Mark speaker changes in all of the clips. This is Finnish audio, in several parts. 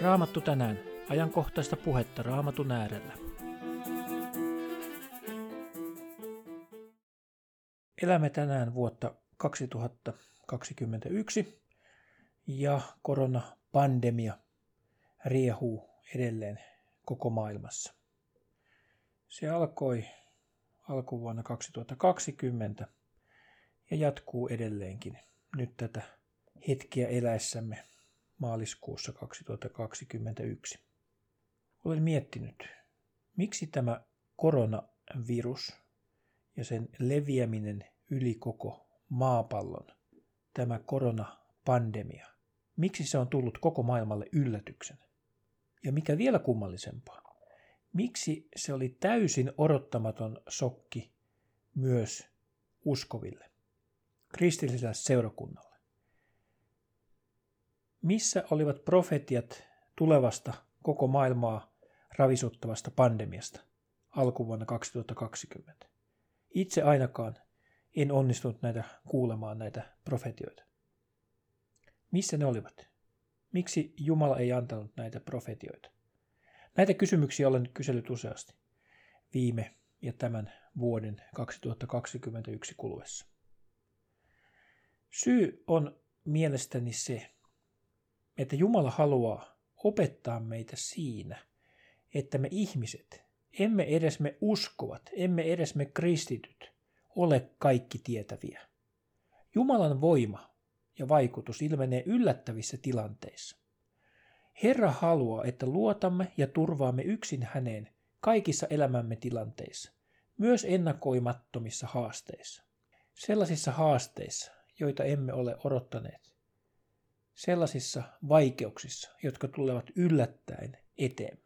Speaker 1: Raamattu tänään. Ajankohtaista puhetta Raamatun äärellä. Elämme tänään vuotta 2021 ja koronapandemia riehuu edelleen koko maailmassa. Se alkoi alkuvuonna 2020 ja jatkuu edelleenkin nyt tätä hetkiä eläessämme maaliskuussa 2021. Olen miettinyt, miksi tämä koronavirus ja sen leviäminen yli koko maapallon, tämä koronapandemia, miksi se on tullut koko maailmalle yllätyksenä? Ja mikä vielä kummallisempaa, miksi se oli täysin odottamaton shokki myös uskoville, kristilliselle seurakunnalle? Missä olivat profetiat tulevasta koko maailmaa ravisuttavasta pandemiasta alkuvuonna 2020? Itse ainakaan en onnistunut kuulemaan näitä profetioita. Missä ne olivat? Miksi Jumala ei antanut näitä profetioita? Näitä kysymyksiä olen kysellyt useasti viime ja tämän vuoden 2021 kuluessa. Syy on mielestäni se, että Jumala haluaa opettaa meitä siinä, että me ihmiset, emme edes me uskovat, emme edes me kristityt, ole kaikki tietäviä. Jumalan voima ja vaikutus ilmenee yllättävissä tilanteissa. Herra haluaa, että luotamme ja turvaamme yksin häneen kaikissa elämämme tilanteissa, myös ennakoimattomissa haasteissa. Sellaisissa haasteissa, joita emme ole odottaneet. Sellaisissa vaikeuksissa, jotka tulevat yllättäen eteemme.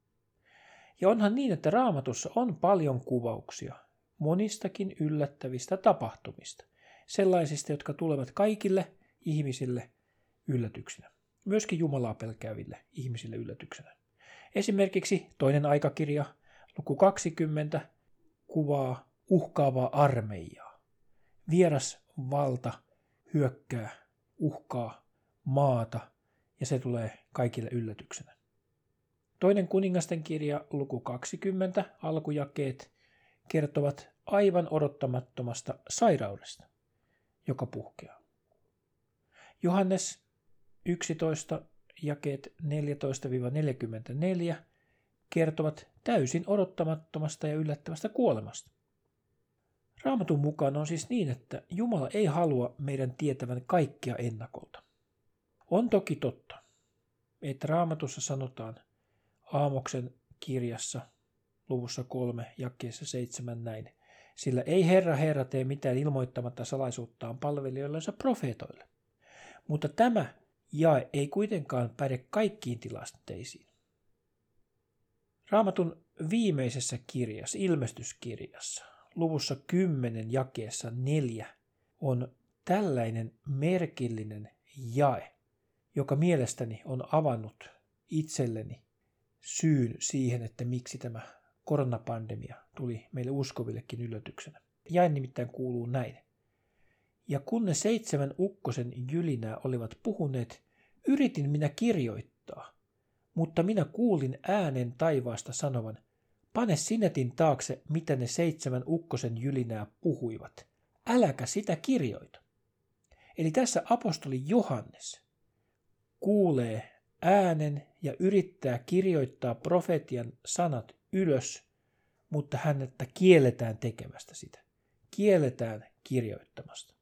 Speaker 1: Ja onhan niin, että Raamatussa on paljon kuvauksia monistakin yllättävistä tapahtumista, sellaisista, jotka tulevat kaikille ihmisille yllätyksenä, myöskin Jumalaa pelkääville ihmisille yllätyksenä. Esimerkiksi toinen aikakirja, luku 20, kuvaa uhkaavaa armeijaa. Vieras valta hyökkää, uhkaa maata, ja se tulee kaikille yllätyksenä. Toinen kuningasten kirja, luku 20, alkujakeet kertovat aivan odottamattomasta sairaudesta, joka puhkeaa. Johannes 11, jakeet 14-44 kertovat täysin odottamattomasta ja yllättävästä kuolemasta. Raamatun mukaan on siis niin, että Jumala ei halua meidän tietävän kaikkea ennakolta. On toki totta, että Raamatussa sanotaan Aamoksen kirjassa luvussa 3 jakeessa 7 näin, sillä ei Herra tee mitään ilmoittamatta salaisuuttaan palvelijoillensa profeetoille. Mutta tämä jae ei kuitenkaan päde kaikkiin tilanteisiin. Raamatun viimeisessä kirjassa, ilmestyskirjassa, luvussa 10 jakeessa 4 on tällainen merkillinen jae, joka mielestäni on avannut itselleni syyn siihen, että miksi tämä koronapandemia tuli meille uskovillekin yllätyksenä. Jae nimittäin kuuluu näin. Ja kun ne 7 ukkosen jylinää olivat puhuneet, yritin minä kirjoittaa, mutta minä kuulin äänen taivaasta sanovan, pane sinetin taakse, mitä ne 7 ukkosen jylinää puhuivat. Äläkä sitä kirjoita. Eli tässä apostoli Johannes kuulee äänen ja yrittää kirjoittaa profetian sanat ylös, mutta hänettä kielletään tekemästä sitä. Kielletään kirjoittamasta.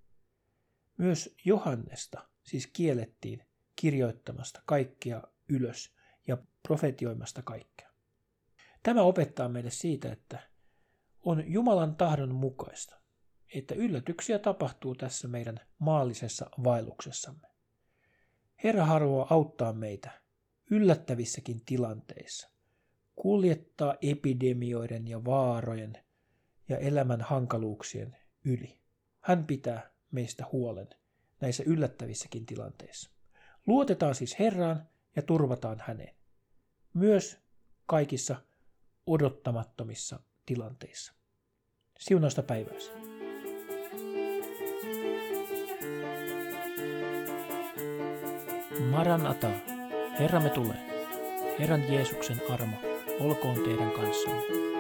Speaker 1: Myös Johannesta siis kiellettiin kirjoittamasta kaikkea ylös ja profetioimasta kaikkea. Tämä opettaa meille siitä, että on Jumalan tahdon mukaista, että yllätyksiä tapahtuu tässä meidän maallisessa vaelluksessamme. Herra haluaa auttaa meitä yllättävissäkin tilanteissa, kuljettaa epidemioiden ja vaarojen ja elämän hankaluuksien yli. Hän pitää meistä huolen näissä yllättävissäkin tilanteissa. Luotetaan siis Herraan ja turvataan häneen, myös kaikissa odottamattomissa tilanteissa. Siunausta päivääsi. Maranatha, Herramme tulee. Herran Jeesuksen armo olkoon teidän kanssanne.